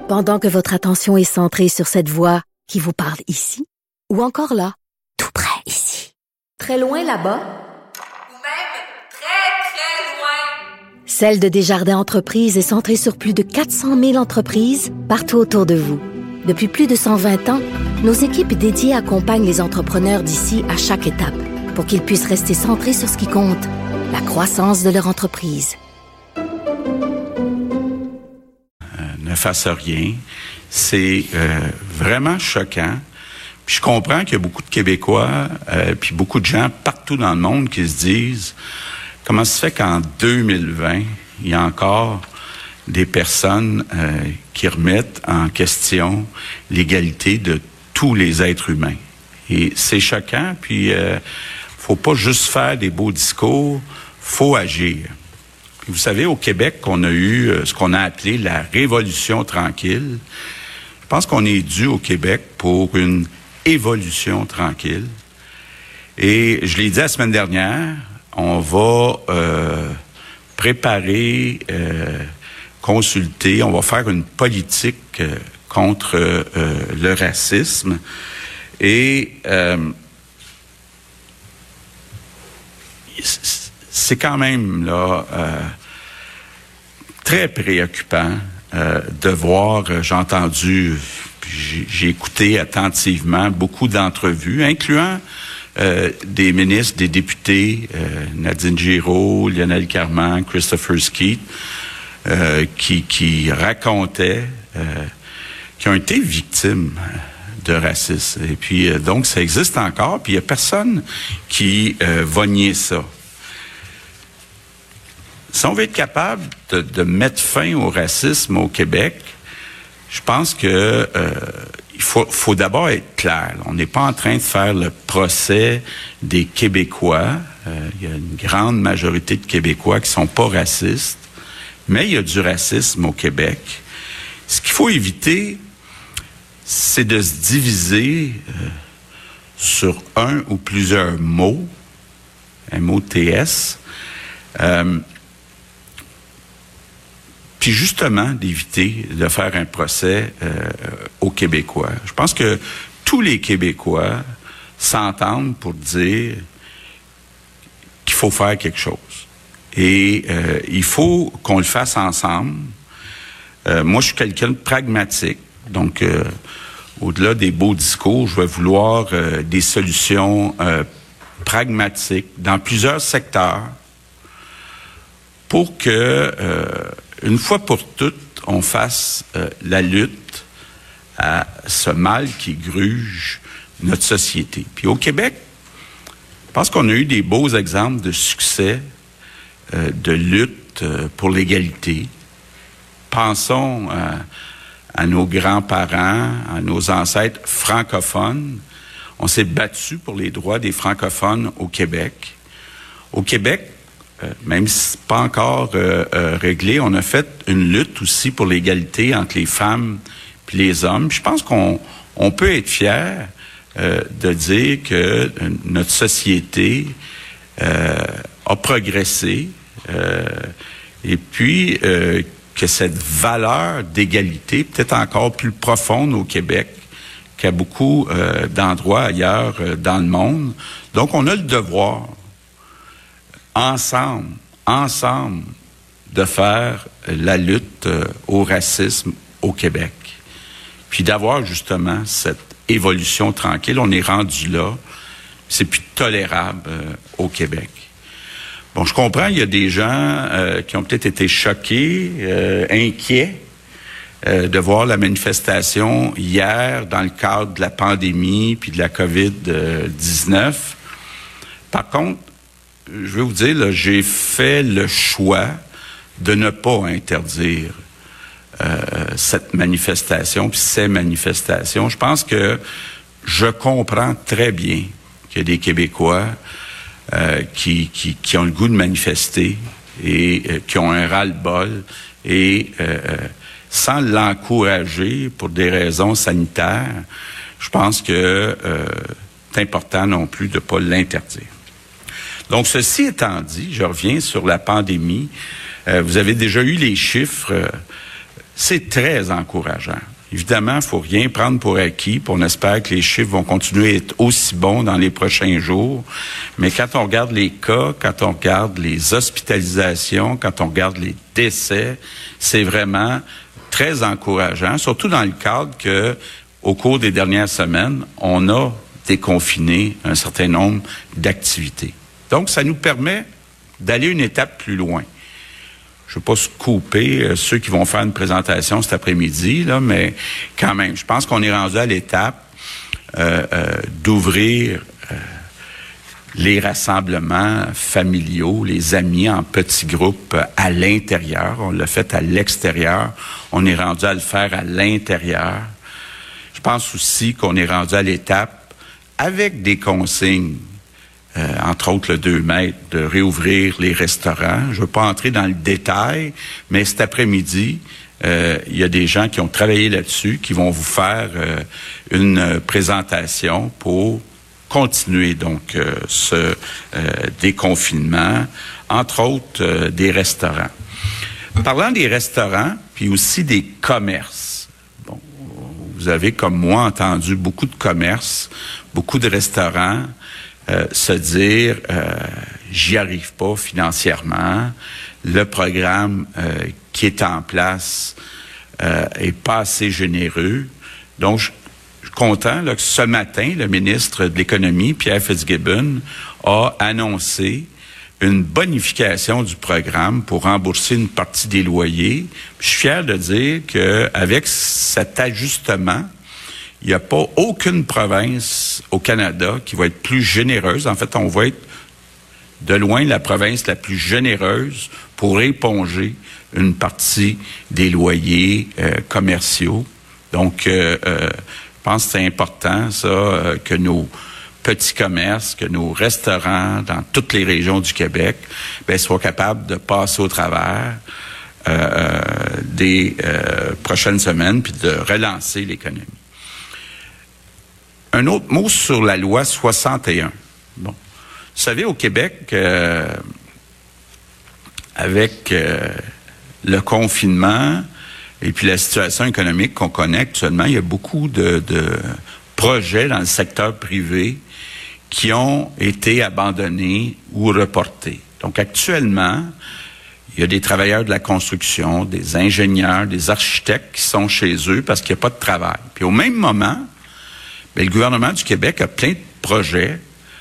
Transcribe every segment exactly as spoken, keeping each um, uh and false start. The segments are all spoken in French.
Pendant que votre attention est centrée sur cette voix qui vous parle ici, ou encore là, tout près ici, très loin là-bas, ou même très, très loin. Celle de Desjardins Entreprises est centrée sur plus de quatre cent mille entreprises partout autour de vous. Depuis plus de cent vingt ans, nos équipes dédiées accompagnent les entrepreneurs d'ici à chaque étape pour qu'ils puissent rester centrés sur ce qui compte, la croissance de leur entreprise. Ne fasse rien. C'est euh, vraiment choquant. Puis je comprends qu'il y a beaucoup de Québécois, euh, puis beaucoup de gens partout dans le monde qui se disent comment ça se fait qu'en deux mille vingt, il y a encore des personnes euh, qui remettent en question l'égalité de tous les êtres humains. Et c'est choquant, puis euh, faut pas juste faire des beaux discours, faut agir. Vous savez, au Québec, on a eu ce qu'on a appelé la Révolution tranquille. Je pense qu'on est dû au Québec pour une évolution tranquille. Et je l'ai dit la semaine dernière, on va euh, préparer, euh, consulter, on va faire une politique euh, contre euh, le racisme. Et euh, c'est quand même là euh, très préoccupant euh, de voir. Euh, j'ai entendu, j'ai, j'ai écouté attentivement beaucoup d'entrevues, incluant euh, des ministres, des députés, euh, Nadine Giraud, Lionel Carman, Christopher Skeet, euh, qui, qui racontaient, euh, qui ont été victimes de racisme. Et puis euh, donc ça existe encore. Puis il y a personne qui euh, va nier ça. Si on veut être capable de, de mettre fin au racisme au Québec, je pense que euh, il faut, faut d'abord être clair. On n'est pas en train de faire le procès des Québécois. Euh, il y a une grande majorité de Québécois qui sont pas racistes, mais il y a du racisme au Québec. Ce qu'il faut éviter, c'est de se diviser euh, sur un ou plusieurs mots, M O T S, euh, puis justement d'éviter de faire un procès euh, aux Québécois. Je pense que tous les Québécois s'entendent pour dire qu'il faut faire quelque chose. Et euh, il faut qu'on le fasse ensemble. Euh, moi, je suis quelqu'un de pragmatique. Donc, euh, au-delà des beaux discours, je vais vouloir euh, des solutions euh, pragmatiques dans plusieurs secteurs pour que, euh, une fois pour toutes, on fasse euh, la lutte à ce mal qui gruge notre société. Puis au Québec, je pense qu'on a eu des beaux exemples de succès, euh, de lutte euh, pour l'égalité. Pensons à, à nos grands-parents, à nos ancêtres francophones. On s'est battu pour les droits des francophones au Québec. Au Québec, euh, même si c'est pas encore euh, euh, réglé, on a fait une lutte aussi pour l'égalité entre les femmes et les hommes. Je pense qu'on on peut être fier euh, de dire que euh, notre société euh, a progressé euh, et puis euh, que cette valeur d'égalité peut-être encore plus profonde au Québec qu'à beaucoup euh, d'endroits ailleurs euh, dans le monde. Donc, on a le devoir, ensemble, ensemble, de faire la lutte euh, au racisme au Québec. Puis d'avoir justement cette évolution tranquille. On est rendu là. C'est plus tolérable euh, au Québec. Bon, je comprends, il y a des gens euh, qui ont peut-être été choqués, euh, inquiets euh, de voir la manifestation hier dans le cadre de la pandémie puis de la covid dix-neuf. Par contre, je vais vous dire, là, j'ai fait le choix de ne pas interdire euh, cette manifestation puis ces manifestations. Je pense que je comprends très bien qu'il y a des Québécois Euh, qui, qui, qui ont le goût de manifester et euh, qui ont un ras-le-bol et euh, sans l'encourager pour des raisons sanitaires, je pense que euh, c'est important non plus de ne pas l'interdire. Donc, ceci étant dit, je reviens sur la pandémie. Euh, vous avez déjà eu les chiffres. Euh, c'est très encourageant. Évidemment, il ne faut rien prendre pour acquis, puis on espère que les chiffres vont continuer à être aussi bons dans les prochains jours. Mais quand on regarde les cas, quand on regarde les hospitalisations, quand on regarde les décès, c'est vraiment très encourageant, surtout dans le cadre que, au cours des dernières semaines, on a déconfiné un certain nombre d'activités. Donc, ça nous permet d'aller une étape plus loin. Je ne veux pas scooper euh, ceux qui vont faire une présentation cet après-midi, là, mais quand même, je pense qu'on est rendu à l'étape euh, euh, d'ouvrir euh, les rassemblements familiaux, les amis en petits groupes euh, à l'intérieur. On l'a fait à l'extérieur. On est rendu à le faire à l'intérieur. Je pense aussi qu'on est rendu à l'étape avec des consignes. Euh, entre autres le deux mètres, de réouvrir les restaurants. Je ne veux pas entrer dans le détail, mais cet après-midi, euh, il y a des gens qui ont travaillé là-dessus, qui vont vous faire euh, une présentation pour continuer donc euh, ce euh, déconfinement, entre autres euh, des restaurants. Parlant des restaurants, puis aussi des commerces. Bon, vous avez, comme moi, entendu beaucoup de commerces, beaucoup de restaurants, Euh, se dire euh, j'y arrive pas financièrement, le programme euh, qui est en place euh, est pas assez généreux. Donc, je suis content là, que ce matin, le ministre de l'Économie, Pierre Fitzgibbon, a annoncé une bonification du programme pour rembourser une partie des loyers. Puis, je suis fier de dire qu'avec cet ajustement, il n'y a pas aucune province au Canada qui va être plus généreuse. En fait, on va être de loin la province la plus généreuse pour éponger une partie des loyers euh, commerciaux. Donc, euh, euh, je pense que c'est important, ça, euh, que nos petits commerces, que nos restaurants dans toutes les régions du Québec, ben, soient capables de passer au travers euh, des euh, prochaines semaines puis de relancer l'économie. Un autre mot sur la loi soixante et un. Bon, vous savez, au Québec, euh, avec euh, le confinement et puis la situation économique qu'on connaît actuellement, il y a beaucoup de, de projets dans le secteur privé qui ont été abandonnés ou reportés. Donc, actuellement, il y a des travailleurs de la construction, des ingénieurs, des architectes qui sont chez eux parce qu'il n'y a pas de travail. Puis au même moment, bien, le gouvernement du Québec a plein de projets,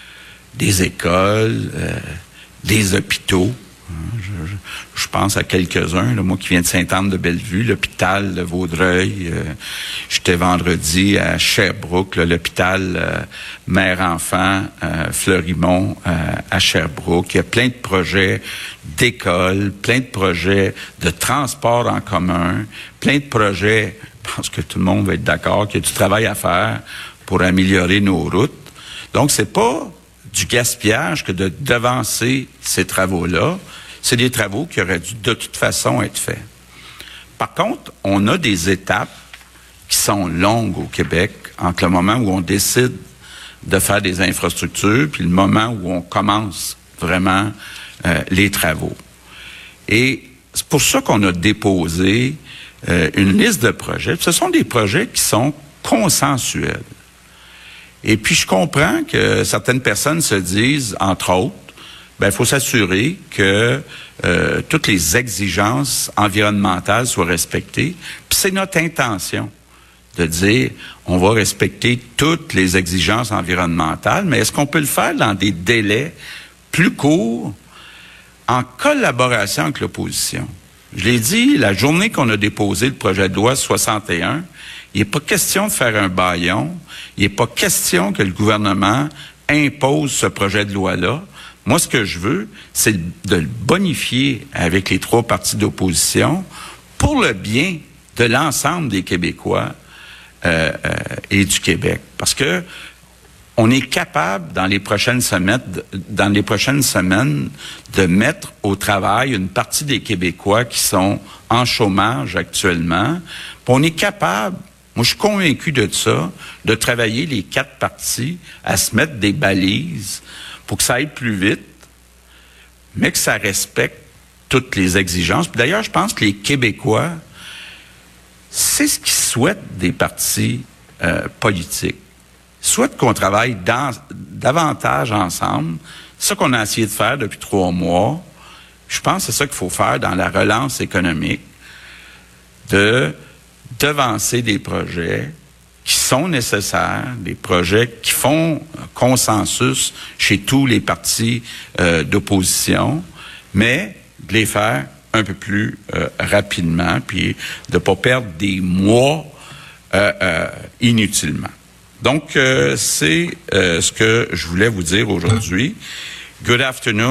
des écoles, euh, des hôpitaux. Je, je, je pense à quelques-uns, là, moi qui viens de Sainte-Anne-de-Bellevue, l'hôpital de Vaudreuil. Euh, j'étais vendredi à Sherbrooke, là, l'hôpital euh, mère-enfant euh, Fleurimont euh, à Sherbrooke. Il y a plein de projets d'écoles, plein de projets de transport en commun, plein de projets, je pense que tout le monde va être d'accord qu'il y a du travail à faire pour améliorer nos routes. Donc, c'est pas du gaspillage que de devancer ces travaux-là. C'est des travaux qui auraient dû de toute façon être faits. Par contre, on a des étapes qui sont longues au Québec entre le moment où on décide de faire des infrastructures puis le moment où on commence vraiment euh, les travaux. Et c'est pour ça qu'on a déposé euh, une liste de projets. Ce sont des projets qui sont consensuels. Et puis, je comprends que certaines personnes se disent, entre autres, ben, il faut s'assurer que euh, toutes les exigences environnementales soient respectées. Puis c'est notre intention de dire, on va respecter toutes les exigences environnementales, mais est-ce qu'on peut le faire dans des délais plus courts, en collaboration avec l'opposition? Je l'ai dit, la journée qu'on a déposé le projet de loi soixante et un, il n'est pas question de faire un bâillon. Il n'est pas question que le gouvernement impose ce projet de loi-là. Moi, ce que je veux, c'est de le bonifier avec les trois partis d'opposition pour le bien de l'ensemble des Québécois euh, euh, et du Québec. Parce que on est capable, dans les prochaines semaines, dans les prochaines semaines, de mettre au travail une partie des Québécois qui sont en chômage actuellement. Puis on est capable, moi je suis convaincu de ça, de travailler les quatre partis à se mettre des balises pour que ça aille plus vite, mais que ça respecte toutes les exigences. Puis d'ailleurs, je pense que les Québécois c'est ce qu'ils souhaitent des partis euh, politiques. Ils souhaitent qu'on travaille dans, davantage ensemble. C'est ça qu'on a essayé de faire depuis trois mois. Je pense que c'est ça qu'il faut faire dans la relance économique, de devancer des projets qui sont nécessaires, des projets qui font consensus chez tous les partis euh, d'opposition, mais de les faire un peu plus euh, rapidement, puis de pas perdre des mois euh, euh, inutilement. Donc, euh, c'est euh, ce que je voulais vous dire aujourd'hui. Good afternoon.